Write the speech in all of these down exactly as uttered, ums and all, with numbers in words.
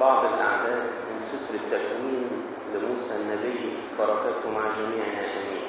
بعض الأعداد من سفر التكوين لموسى النبي، بركاته مع جميعنا آمين.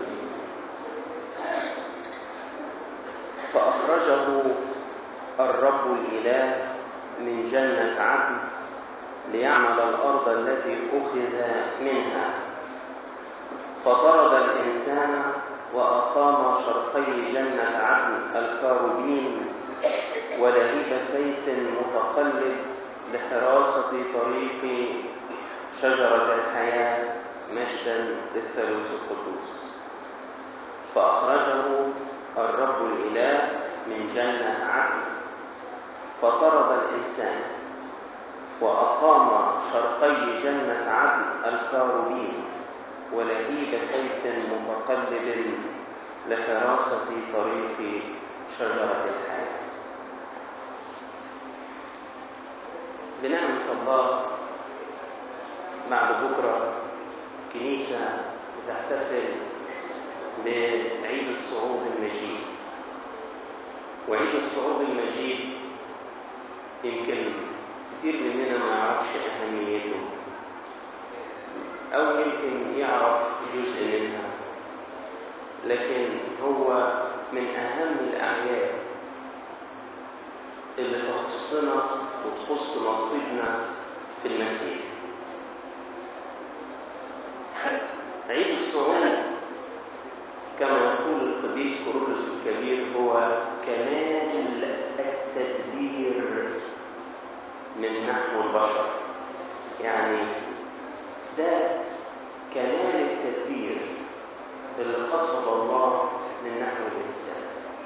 فأخرجه الرب الإله من جنة عدن ليعمل الأرض التي أخذ منها، فطرد الإنسان وأقام شرقي جنة عدن الكاروبين ولهيب سيف متقلب لحراسة طريق شجرة الحياة، مجدا للثالوث القدوس. فأخرجه الرب الإله من جنة عدن فطرد الإنسان وأقام شرقي جنة عدن الكاروبين ولهيب سيف متقلب لحراسة طريق شجرة الحياة. بنعمة الله بعد بكرة كنيسة بتحتفل بعيد الصعود المجيد، وعيد الصعود المجيد يمكن كتير مننا ما يعرفش أهميته، أو يمكن يعرف جزء منها، لكن هو من أهم الأعياد اللي تخصنا وتخص نصيبنا في المسيح. عيد الصعود كما يقول القديس كورولوس الكبير هو كمال التدبير من نحو البشر، يعني ده كمال التدبير اللي قصد الله من نحو الإنسان.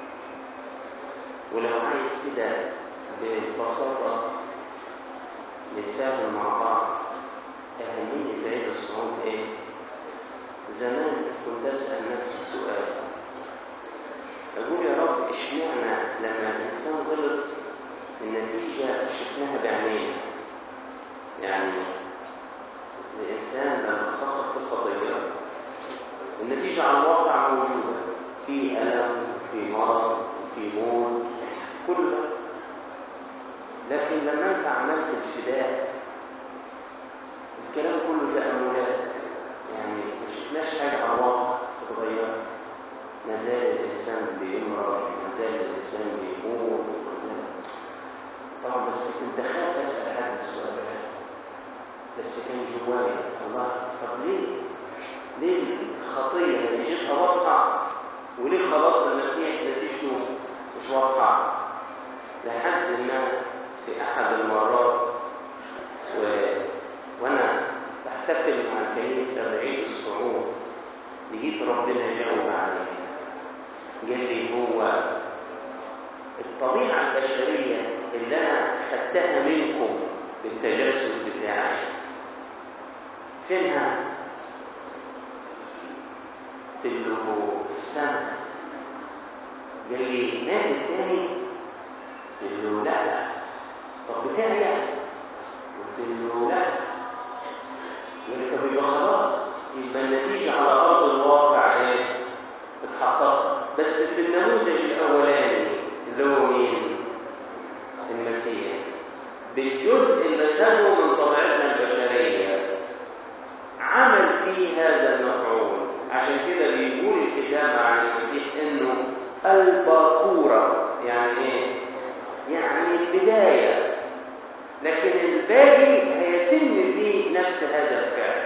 ولو عايز كده ببساطة نتفاهم مع بعض أهمية عيد الصعود إيه؟ زمان كنت أسأل نفسي السؤال، أقول يا رب إشمعنى لما الإنسان غلط النتيجة شفناها بعينينا؟ يعني الإنسان لما سقط في الخطية النتيجة على الواقع موجودة، في ألم، في مرض، في موت، كل ده. لكن لما أنت عملت الفداء الكلام كله تأملات، يعني ما شفناش حاجة على الواقع تتغير. ما زال الإنسان بيمرض، ما زال الإنسان بيموت، ما زال. طبعا بس كنت خايف أسأل حد السؤال ده، بس كان جوايا الله، طب ليه؟ ليه الخطية نتيجتها واضحة وليه خلاص المسيح نتيجته مش واضحة؟ لحد ما في أحد المرات و... وأنا بحتفل مع الكنيسة بعيد الصعود لقيت ربنا جاوب عليه، قال لي هو الطبيعة البشرية اللي أنا خدتها منكم بالتجسد بتاعي فينها؟ في اللي في السماء. قال لي نادي التاني؟ قلت له لا لا. طب بتاعي؟ قلت له لا. قال لي طب يبقى خلاص، يبقى النتيجة على أرض الواقع ايه؟ اتحققت، بس في النموذج الأولاني اللي هو مين؟ المسيح، بالجزء اللي خده من طبيعتنا البشرية عمل فيه هذا المفعول. عشان كده بيقول الكتاب عن المسيح انه الباكورة. يعني ايه؟ يعني البداية، لكن الباقي هيتم فيه نفس هذا الفعل.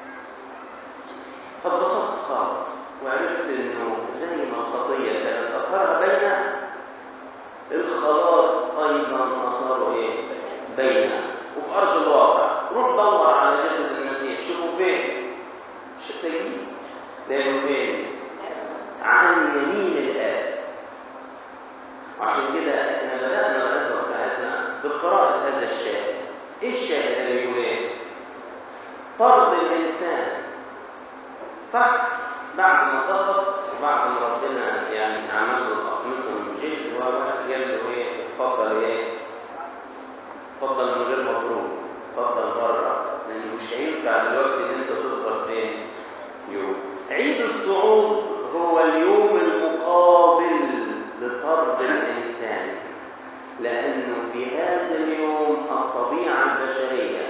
فاتبسطت خالص وعرفت انه زي ما الخطية كانت اثرها بينا، الخلاص ايضا اثاره ايه؟ بينا وفي ارض الواقع. روح دور على جسد المسيح، شوفوا فين؟ شتاقين لانه فين؟ عن يمين الآب. وعشان كده احنا بدأنا العظة بتاعتنا بقراءة هذا الشاهد. ايه الشاهد اللي بيقول ايه؟ طرد الإنسان، صح؟ بعد ما سقط وبعد ما ربنا يعني عمل له الأقمصة من جلد وقال له ايه؟ اتفضل ايه؟ اتفضل من غير مطلوب، اتفضل بره، لأنه مش هينفع دلوقتي ان انت تفضل فين؟ يوم عيد الصعود هو اليوم المقابل لطرد الإنسان، لأنه في هذا اليوم الطبيعة البشرية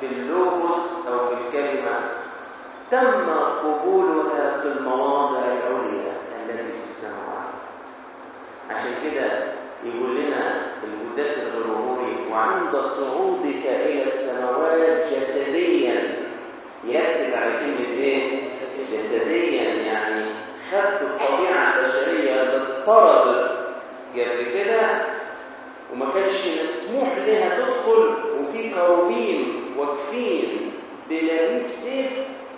اللوغوس أو بالكلمة تم قبولها في المواضع العليا التي في السماوات. عشان كده يقول لنا القداس الغرغوري: وعند صعودك إلى السماوات جسديا. يركز على كلمة إيه؟ جسديا، يعني خدت الطبيعة البشرية اللي اضطردت قبل كده وما كانش مسموح لها تدخل، وفي كروبين واقفين بلهيب سيف.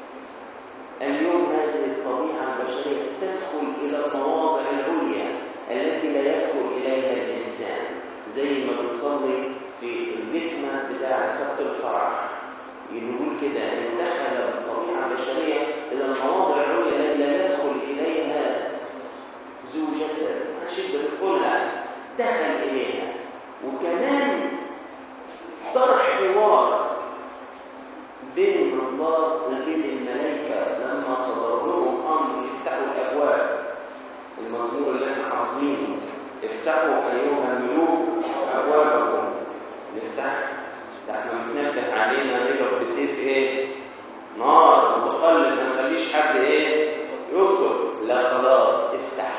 اليوم هذه الطبيعة البشرية تدخل إلى المواضع العليا التي لا يدخل إليها الإنسان، زي ما بنصلي في الجسمة بتاع سبت الفرح نقول كده إنه دخل الطبيعة البشرية إلى المواضع العليا التي لا يدخل إليها ذو جسد، عشان بتقولها دخل إليها. وكمان دار حوار بين الله وبين الملائكة لما صدر لهم أمر يفتحوا الأبواب. المزمور اللي احنا حافظينه: افتحوا أيها الملوك أبوابكم. نفتح، ده احنا بنتنبه علينا نضرب بسيف ايه؟ نار متقلب، ما نخليش حد ايه؟ يدخل. لا خلاص افتح.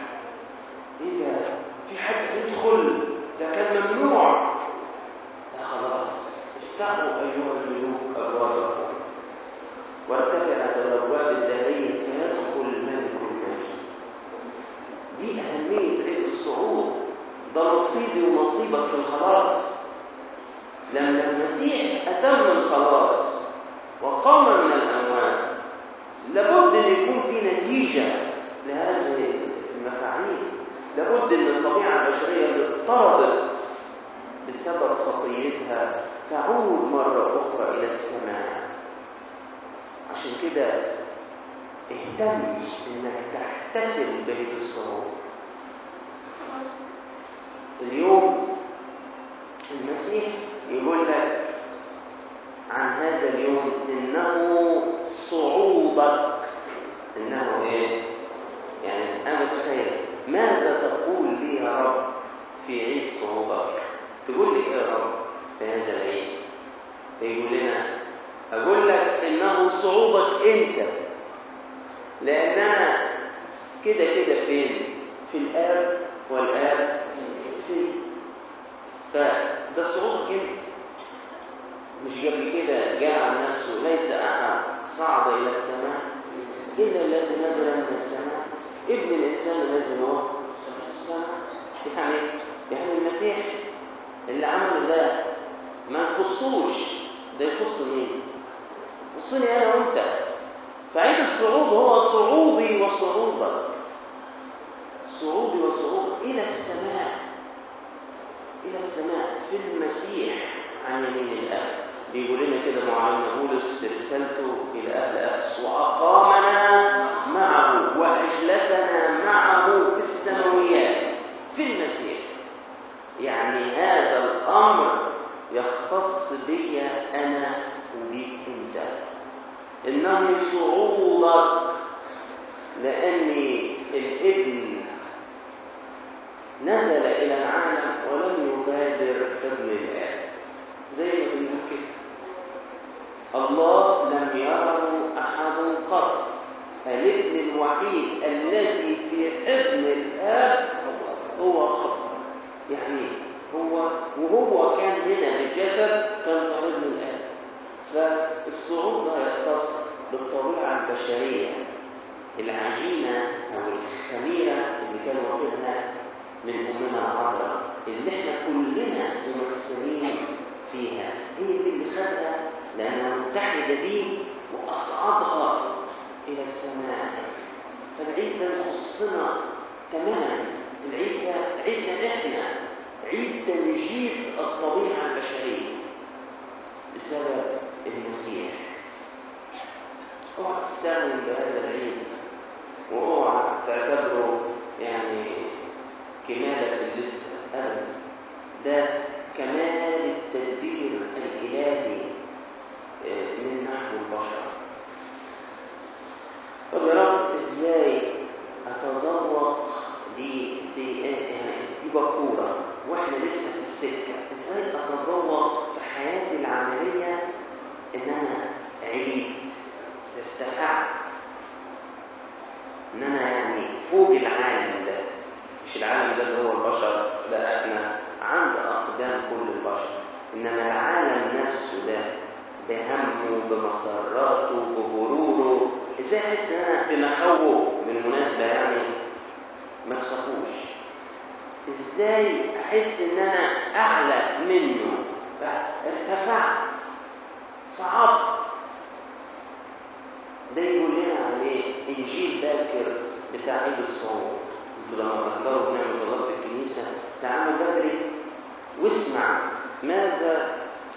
ايه ده؟ في حد يدخل؟ ده كان ممنوع. لا خلاص افتحوا أيها الملوك أبوابكم وارتفعت الأبواب الدهرية فيدخل ملك الملك. دي أهمية عيد الصعود. ده نصيبي ونصيبك في الخلاص. لما المسيح أتم الخلاص وقام من الأموات، لابد أن يكون في نتيجة لهذه المفاعيل. لابد أن الطبيعة البشرية اللي اضطردت بسبب خطيتها تعود مرة أخرى إلى السماء. عشان كده اهتم إنك تحتفل بعيد الصعود. اليوم المسيح يقول لك عن هذا اليوم إنه صعودك. إنه إيه؟ يعني أنا متخيل ماذا تقول لي يا رب في عيد صعودك؟ تقول لي إيه يا رب في هذا العيد؟ يقول لنا أقول لك إنه صعودك أنت، لأن أنا كده كده فين؟ في الآب والآب فين. فده صعودك أنت. مش قبل كده جاء عن نفسه: ليس أحد صعد إلى السماء إلا الذي نزل من السماء، ابن الإنسان الذي هو في السماء. يعني يعني المسيح اللي عمل ده ما يخصوش، ده يخص مين؟ يخصني أنا وأنت. فعيد الصعود هو صعودي وصعودك، صعودي وصعودك إلى السماء، إلى السماء في المسيح عن يمين الآب. بيقول لنا كده معلمنا بولس في رسالته إلى أهل أفسس: وأقامنا معه وأجلسنا معه في السماويات في المسيح. يعني هذا الأمر يختص بي أنا وبيك أنت. إنه صعودك لأن الابن نزل إلى العالم ولم يغادر ابن الآب. زي ما بنقول كده: الله لم يره أحد قط، الابن الوحيد الذي في حضن الآب هو خبر. يعني هو وهو كان هنا بالجسد كان في حضن الآب. فالصعود ده يختص بالطبيعة البشرية العجينة أو الخميرة اللي كان واخدها من أمنا العذراء، اللي احنا كلنا ممثلين فيها. هي دي اللي خدها لأنها متحدة بيه وأصعدها إلى السماء. فالعيد ده يخصنا تماما. العيد ده عيدنا احنا، عيد تنجيب الطبيعة البشرية بسبب المسيح. اوعى تستهون بهذا العيد، واوعى تعتبره يعني كمالة اللسة أبدا. ده كمال التدبير الإلهي من نحو البشر. طب يا رب ازاي اتذوق دي دي يعني دي بكوره واحنا لسه في السكه؟ ازاي اتذوق في حياتي العمليه إن أنا عليت، ارتفعت، إن أنا يعني فوق العالم ده. مش العالم ده اللي هو البشر، لا، إحنا عند أقدام كل البشر، إنما العالم نفسه ده بهمه بمساراته بغروره. إزاي أحس إن أنا بمخاوفه؟ بالمناسبة يعني ما تخافوش. إزاي أحس إن أنا أعلى منه؟ ارتفعت، صعدت. ده يقول لنا عليه إنجيل باكر بتاع عيد الصوم. انتوا لما تحضروا بنعمة الله في الكنيسة تعالوا بدري واسمع ماذا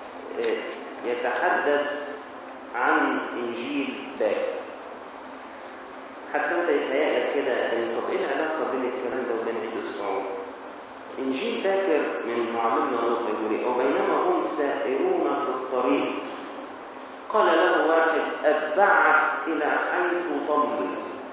يتحدث عن إنجيل باكر، حتى انت يتهيألك كده ان طب ايه العلاقة بين الكلام ده وبين عيد الصوم؟ إنجيل باكر من معلمنا لوقا يقول: وبينما هم سائرون في الطريق قال له واحد: أتبعك إلى حيث تمضي.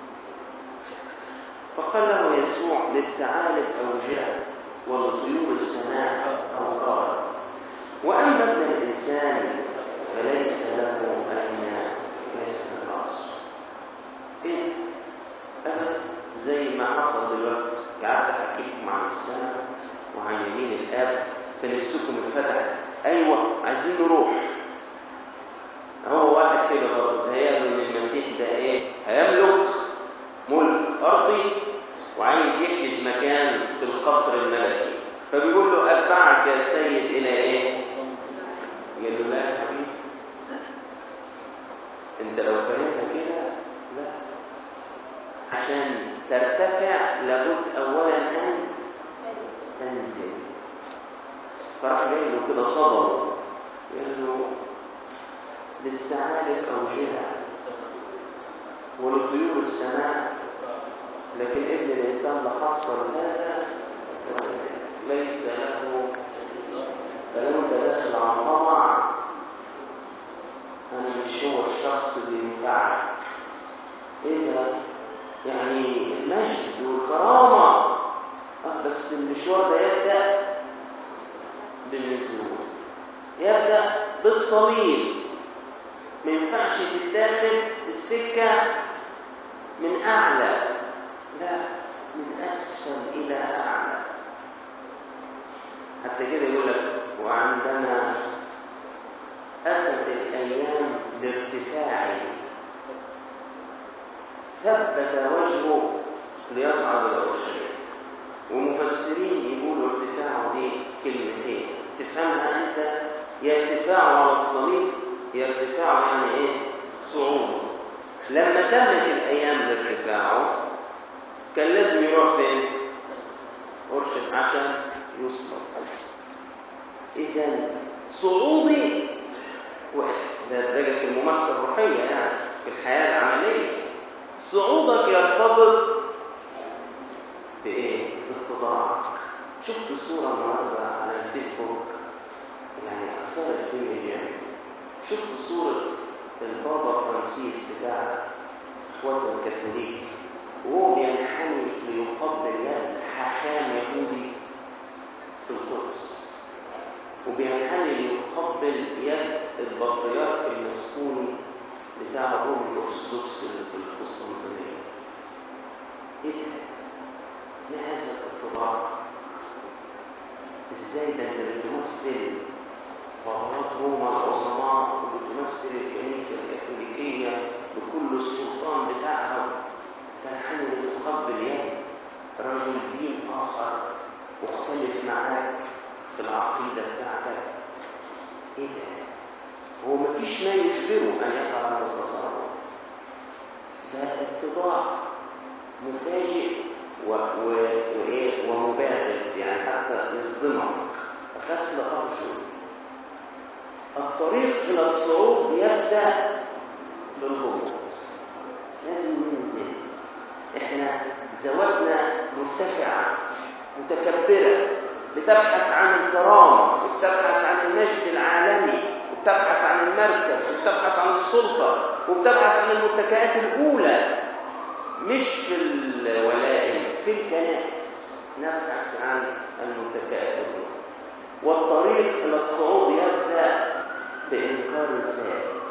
فقال له يسوع: للثعالب أوجاع ولطيور السماء أوقار، وأما ابن الإنسان فليس له أين يسند رأسه. إيه؟ أنا زي ما حصل دلوقتي قعدت أحكيكم عن السماء وعن يمين الآب فنفسكم اتفتحت، أيوة عايزين نروح. هو واحد كده برضه هيقابل ان المسيح ده ايه؟ هيملك ملك ارضي وعايز يحجز مكان في القصر الملكي، فبيقول له: اتبعك يا سيد الى ايه؟ قال له: لا يا حبيبي، انت لو فهمت كده لا، عشان ترتفع لابد اولا ان تنزل. فراح جاي له كده صدمه، قال له: للثعالب أوجاع ولطيور السماء، لكن ابن الإنسان لا حصل هذا ليس له. فلو انت داخل عن طمع، أنا مش هو الشخص اللي ينفعك. إيه ده؟ يعني المجد والكرامة، آه بس المشوار ده يبدأ بالنزول، يبدأ بالصليب. ما ينفعش تتاخد السكة من أعلى، لا، من أسفل إلى أعلى. حتى كده يقول لك: وعندما أتت الأيام لارتفاعه ثبت وجهه ليصعد إلى أورشليم. ومفسرين يقولوا ارتفاعه دي كلمتين تفهمها أنت: يا ارتفاعه على الصليب، يا ارتفاعه يعني إيه؟ صعوده. لما تمت الأيام لارتفاعه كان لازم يروح فين؟ أورشليم عشان يصلب. إذن صعودي كويس، ده درجة الممارسة الروحية يعني في الحياة العملية. صعودك يرتبط بإيه؟ باتضاعك. شفت صورة النهارده على الفيسبوك يعني أثرت فيني جامد. شفت صورة البابا فرانسيس بتاع إخواتنا الكاثوليك وهو بينحني ليقبل يد حاخام يهودي في القدس، وبينحني ليقبل يد البطريرك المسكوني بتاع روم الأرثوذكس اللي في القسطنطينية. إيه ده؟ ما هذا الاتضاع؟ إزاي ده أنت بتمثل بابات روما العظماء وبتمثل الكنيسة الكاثوليكية بكل السلطان بتاعها، تنحني لتقبل يد رجل دين آخر مختلف معاك في العقيدة بتاعتك؟ إيه ده؟ هو مفيش ما يجبره أن يقع هذا التصرف. ده اتضاع مفاجئ و... و... وإيه؟ ومبادر، يعني حتى يصدمك. غسل أرجل. الطريق إلى الصعود يبدأ بالهبوط، لازم ننزل. إحنا زواجنا مرتفعة متكبرة، بتبحث عن الكرامة وبتبحث عن المجد العالمي وبتبحث عن المركز وبتبحث عن السلطة وبتبحث عن المتكئات الأولى، مش في الولائم، في الكنائس نبحث عن المتكئات الأولى. والطريق إلى الصعود يبدأ بإنكار الذات.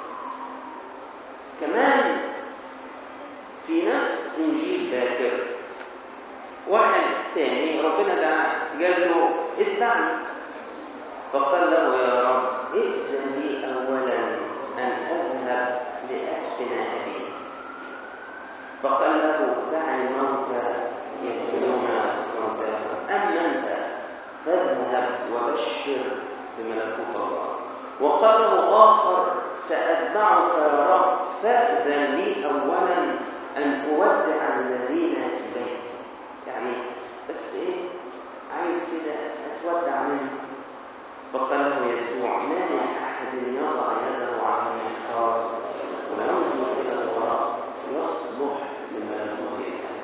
كمان في نفس إنجيل باكر واحد تاني ربنا دعاه قال له اتبعني، فقال له يا رب ائذن لي أولا أن أذهب لأدفن أبي. فقال له دع الموتى يدفنون موتاهم، أما أنت فاذهب وبشر بملكوت الله. وقال له آخر سأتبعك يا رب فأذن لي أولا أن أودع الذين في بيتي. يعني بس إيه عايز كده أتودع منه. فقال له يسوع ما من أحد يضع يده على المحراب وينظر إلى الوراء يصلح لملكوت الله.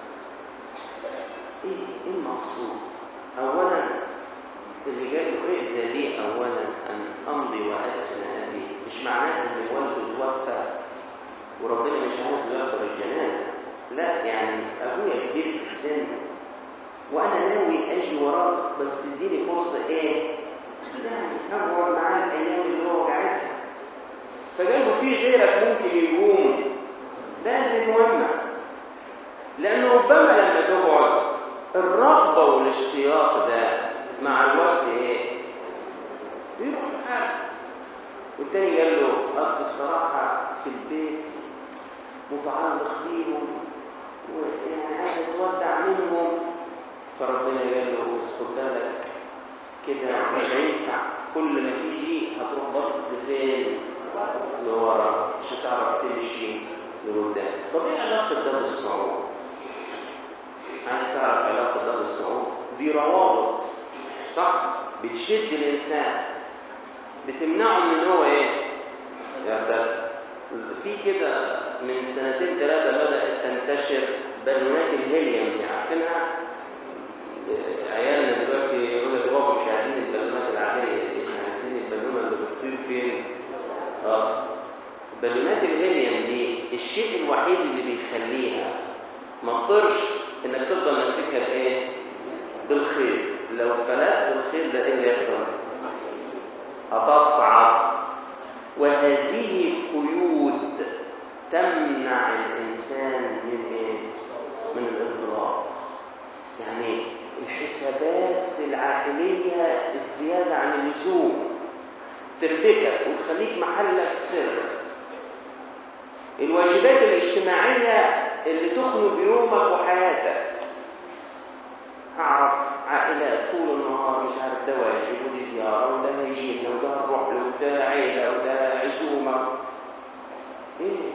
إيه إيه المقصود؟ أولا اللي جاي ائذن لي أولا أن أمضي وأدفن أبي، مش معناه إن والده توفى وربنا مش عاوز يحضر الجنازة، لا، يعني أبويا كبير في السن وأنا ناوي أجي وراك، بس تديني فرصة إيه؟ يعني أقعد معاه الأيام اللي هو قاعدها. فقال له في غيرك ممكن يقوم، لازم مهمة، لأنه ربما لما تقعد الرغبة والاشتياق ده مع الوقت إيه؟ يروح الحال. والتاني قال له أصل بصراحة في البيت متعلق بيهم ويعني عايز أتودع منهم. فربنا قال له اسكت بالك كده مش هينفع، كل ما تيجي هتروح باصص لفين؟ لورا، مش هتعرف تمشي لقدام. طب ايه علاقه ده بالصعود؟ عايز تعرف علاقه ده بالصعود؟ دي روابط صح؟ بتشد الانسان، بتمنعه من هو ايه؟ يرتد. في كده من سنتين ثلاثه بدات تنتشر بالونات الهيليوم، دي عارفينها؟ عيالنا دلوقتي يقول لك بابا مش عايزين البالونات العاديه، احنا عايزين البالونه اللي بتطير فين؟ اه بالونات الهيليوم دي الشيء الوحيد اللي بيخليها ما تطيرش انك تفضل ماسكها بايه؟ بالخيط. لو فلت بالخيط ده ايه اللي يحصل؟ هتصعد. وهذه قيود تمنع الانسان من ايه؟ من الانطلاق. يعني الحسابات العائلية الزيادة عن اللزوم تربكك وتخليك محلك سر. الواجبات الاجتماعية اللي تخنق يومك وحياتك. أعرف عائلات طول النهار مش عارف ده واجب ودي زيارة وده هيجينا وده هنروح له وده عيلة وده عزومة. إيه؟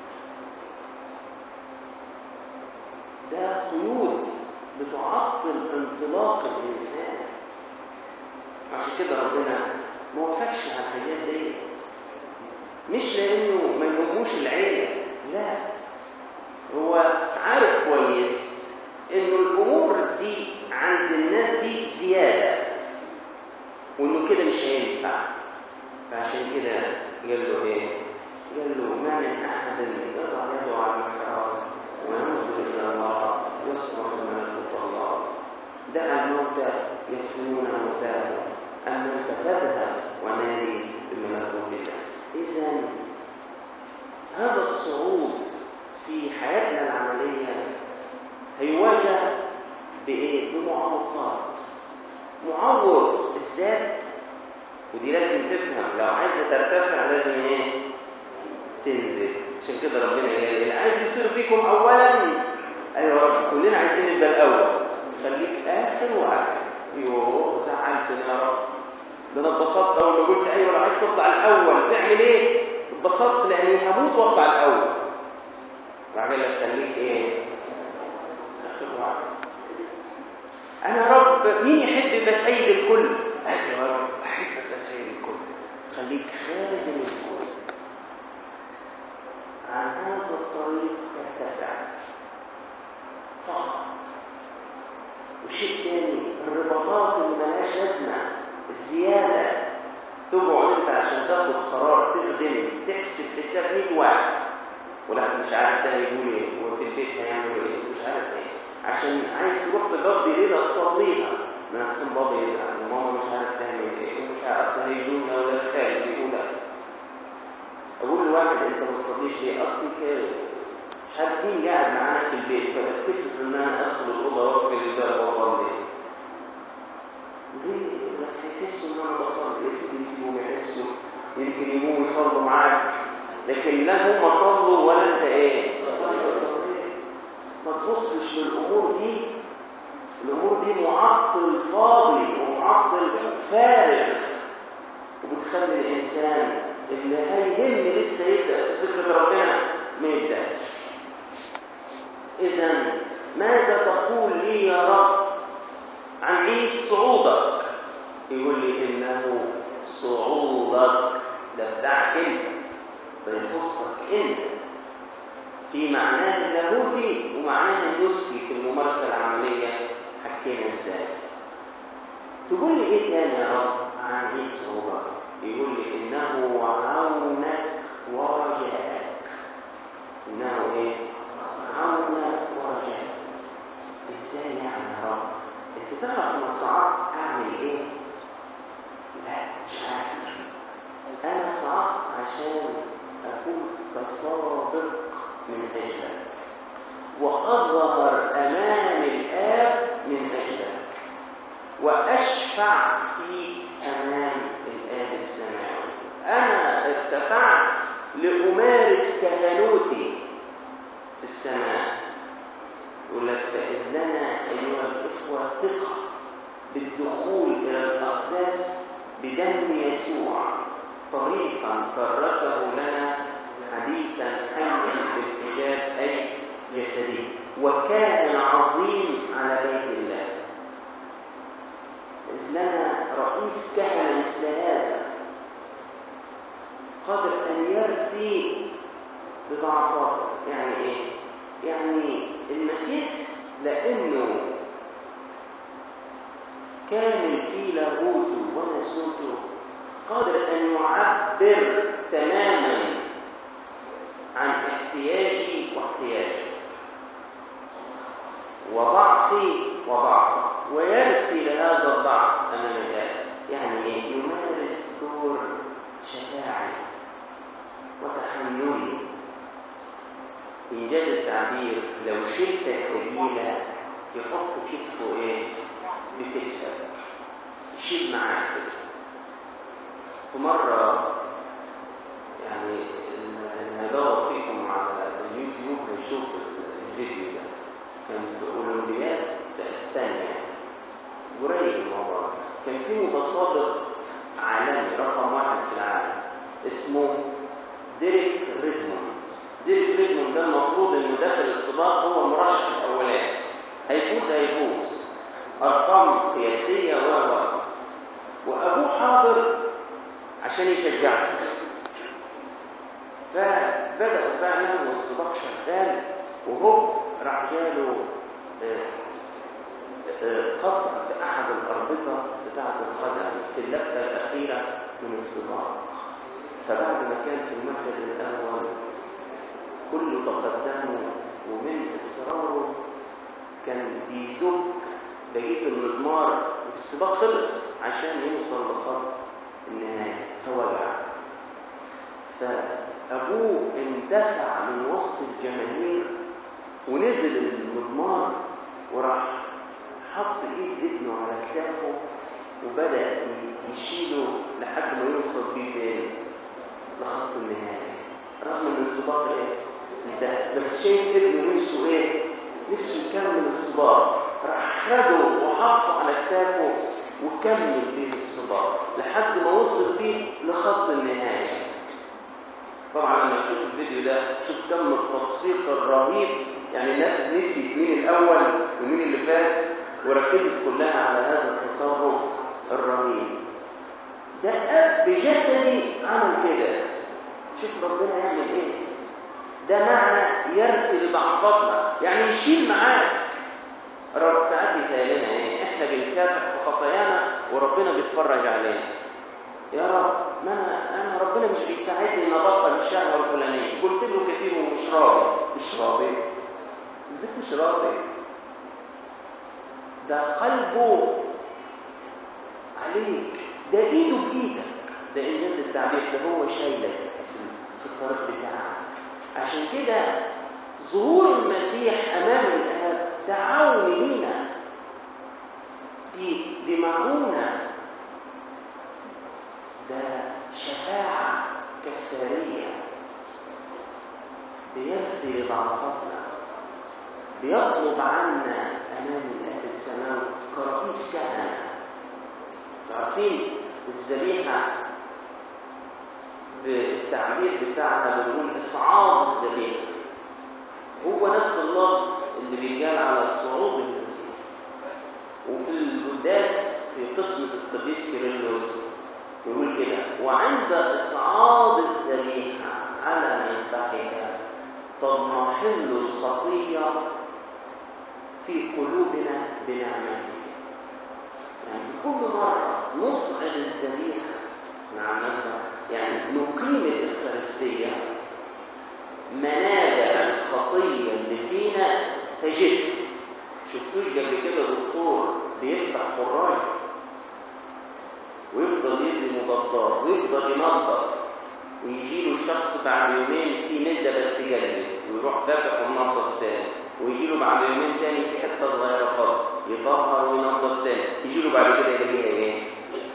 ده قيود بتعطل انطلاق الإنسان. عشان كده ربنا ما وفقش على الحاجات دي، مش لأنه ما يهموش العيلة، لا، هو عارف كويس إنه الأمور دي عند الناس دي زيادة وإنه كده مش هينفع. فعشان كده قال له إيه؟ قال له ما من أحد يضع يده على المحراب وينظر إلى الله يصنع ملكوت الله. دع الموتى يدفنون موتاهم، أما أنت فاذهب ونادي بملكوت الله. إذن هذا الصعود في حياتنا العملية هيواجه بإيه؟ بمعوقات. معوق الذات، ودي لازم تفهم، لو عايزة ترتفع لازم إيه؟ تنزل. عشان كده ربنا قال اللي عايز يصير فيكم أولا، أيوة يا رب كلنا عايزين نبقى الأول، خليك آخر واحد. يوه زعلتني يا رب، ده أنا اتبسطت أول ما قلت أيوة لو عايز تطلع الأول تعمل إيه؟ اتبسطت لأني هموت وأطلع الأول. وعمل لك خليك إيه؟ آخر واحد. أنا يا رب مين يحب يبقى سيد الكل؟ أيوة يا رب أحب أبقى سيد الكل. خليك خادم الكل. عن هذا الطريق ترتفع فقط. وشيء تاني، الرباطات اللي ملهاش لازمه، الزياده، تقعد انت عشان تاخد قرار تخدم تحسب حساب مية واحد ولا مش عارف ده هيقول ايه وفي البيت هيعملوا ايه مش عارف ايه، عشان عايز تروح تقضي ليله تصليها من احسن بابا يزعل وماما مش عارف تعمل ايه ومش عارف اصل هيجونا ولا خالد يقول لا. اقول لواحد انت ما بتصليش ليه؟ اصل كده مش عارف مين قاعد معانا في البيت فبتكسف ان انا ادخل الاوضه واقفل الباب واصلي. ليه؟ يقول لك هيحسوا ان انا بصلي. يا سيدي سيبهم يحسوا، يمكن يقوموا يصلوا معاك، لكن لا هم صلوا ولا انت ايه؟ صليت. ما تبصش للامور دي. الامور دي معطل فاضي ومعطل فارغ، وبتخلي الانسان اللي هيهم لسه يبدا في سكه ربنا ما يبداش. اذا ماذا تقول لي يا رب عن عيد صعودك؟ يقول لي انه صعودك ده بتاعك انت، ده يخصك انت في معناه اللاهوتي ومعناه النسكي في الممارسه العمليه. حكينا ازاي؟ تقول لي ايه تاني يا رب عن عيد صعودك؟ يقول لي انه عونك ورجاءك. انه ايه؟ عونك ورجاءك. ازاي يعني يا رب؟ انت تعرف ان صعدت اعمل ايه؟ لا مش عارف. انا صعدت عشان اكون كصادق من اجلك واظهر امام الاب من اجلك واشفع فيك امام الاب السماوي. انا ارتفعت لامارس كهنوتي في السماء. يقول لك فاذ لنا ايها الاخوه ثقه بالدخول الى الاقداس بدم يسوع طريقا كرسه لنا حديثا حيا بالحجاب اي جسدي وكان عظيم على بيت الله. إذ لنا رئيس كهنة مثل هذا قادر أن يرثي بضعفاته. يعني إيه؟ يعني المسيح لأنه كامل في لاهوته وناسوته قادر أن يعبر تماما عن احتياجي واحتياجي وضعفي وضعفه ويرسي لهذا الضعف امام الاب. يعني ايه؟ يمارس دور شفاعي وتحملي. انجاز التعبير لو شلت الثقيله يحط كتفه ايه؟ بكتفك، يشيل معاك كده. في مره يعني اللي هيدور فيكم على اليوتيوب هيشوف الفيديو ده، كان في اولمبياد في اسبانيا قريب الموضوع. كان في متسابق عالمي رقم واحد في العالم اسمه ديريك ريدموند. ديريك ريدموند ده المفروض انه داخل السباق هو المرشح الاولاني، هيفوز هيفوز ارقام قياسيه و وابوه حاضر عشان يشجعه. فبداوا فعلا والسباق شغال، وهو راح جاله قطع في احد الاربطه بتاعه القدم في اللفه الاخيره من السباق. فبعد ما كان في المركز الاول كله تقدمه ومن اصراره كان بيزق بقيه المضمار والسباق خلص عشان يوصل لخط النهايه فوجع. فابوه اندفع من وسط الجماهير ونزل المضمار وراح حط ايد ابنه على كتافه وبدأ يشيله لحد ما يوصل بيه فين؟ لخط النهاية. رغم ان السباق ايه؟ انتهى، بس شايف ابنه نفسه ايه؟ نفسه يكمل السباق. راح خده وحطه على كتافه وكمل بيه السباق لحد ما وصل بيه لخط النهاية. طبعا لما تشوف الفيديو ده شوف كم التصفيق الرهيب. يعني الناس نسيت مين الاول ومين اللي فاز وركزت كلها على هذا التصرف الرهيب. ده اب جسدي عمل كده. شوف ربنا يعمل ايه. ده معنى يرثي لضعفاتنا، يعني يشيل معاك. رب ساعات يتهيألنا ايه؟ احنا بنكافح في خطايانا وربنا بيتفرج علينا. يا رب ما انا انا ربنا مش بيساعدني ان ابطل الشهوه الفلانيه، قلت له كتير ومش راضي. مش راضي؟ ازاي مش راضي؟ ده قلبه عليك، ده ايده بايدك، ده انجاز التعبير، ده هو شايلك في الطريق بتاعك. عشان كده ظهور المسيح امام الاب ده عون لينا، دي دي معونه، ده شفاعه كفاريه، بيغفر ضعفاتنا، بيطلب عنا امام الاب السماوي كرئيس كهنه. عارفين الذبيحه بالتعبير بتاعنا بنقول اصعاد الذبيحه، هو نفس اللفظ اللي بيتقال على الصعود المسيح. وفي القداس في قسمه القديس كيرلس يقول كده: وعند اصعاد الذبيحه على مذبحك تضمحل الخطيه في قلوبنا بنعمتك. يعني في كل مره نصعد الذبيحه مع المذبح، يعني نقيم الإفخارستية، منابع الخطية اللي فينا تجف. شفتوش قبل كده دكتور بيفتح خراج ويفضل يدي مضادات ويفضل ينظف، ويجي له الشخص بعد يومين في ندة بس جلد، ويروح فاتح ومنظف تاني، ويجي له بعد يومين تاني في حتة صغيرة فضل، يطهر وينظف تاني، يجي له بعد كده يلاقيها ايه؟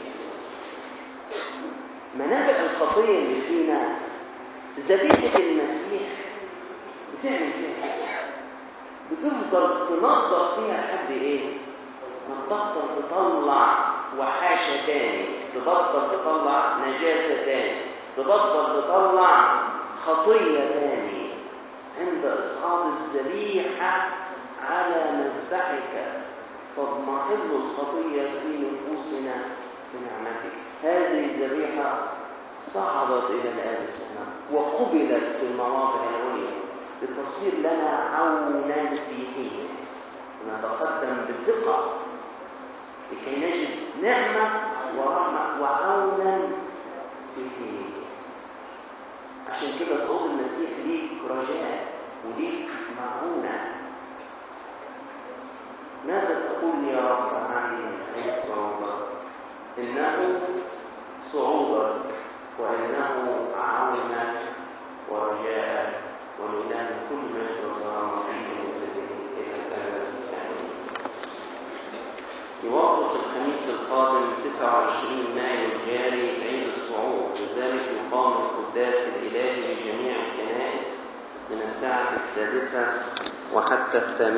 منابع الخطية اللي فينا. ذبيحة المسيح بتعمل فيها حاجة، بتفضل تنظف فيها لحد ايه؟ تبطل تطلع وحاشة تاني، تبطل تطلع نجاسة تاني، تبطل تطلع خطية تاني. عند إصعاد الذبيحة على مذبحك تضمحل الخطية في نفوسنا بنعمتك. هذه الذبيحة صعدت إلى الآب السماء وقبلت في المواضع العليا لتصير لنا عونا في حينه، نتقدم بثقة لكي نجد نعمة ورحمة وعونا في حينه. عشان كده صعود المسيح ليك رجاء وليك معونة. ماذا تقول يا رب عن عيد صعودك؟ إنه صعودا وإنه عونا ورجاء، ولله كل مجد وكرامة في مسجده إلى الأبد. يوافق الخميس القادم تسعة وعشرين مايو الجاري عيد الصعود، لذلك يقام القداس الإلهي لجميع الكنائس من الساعة السادسة وحتى الثامنة.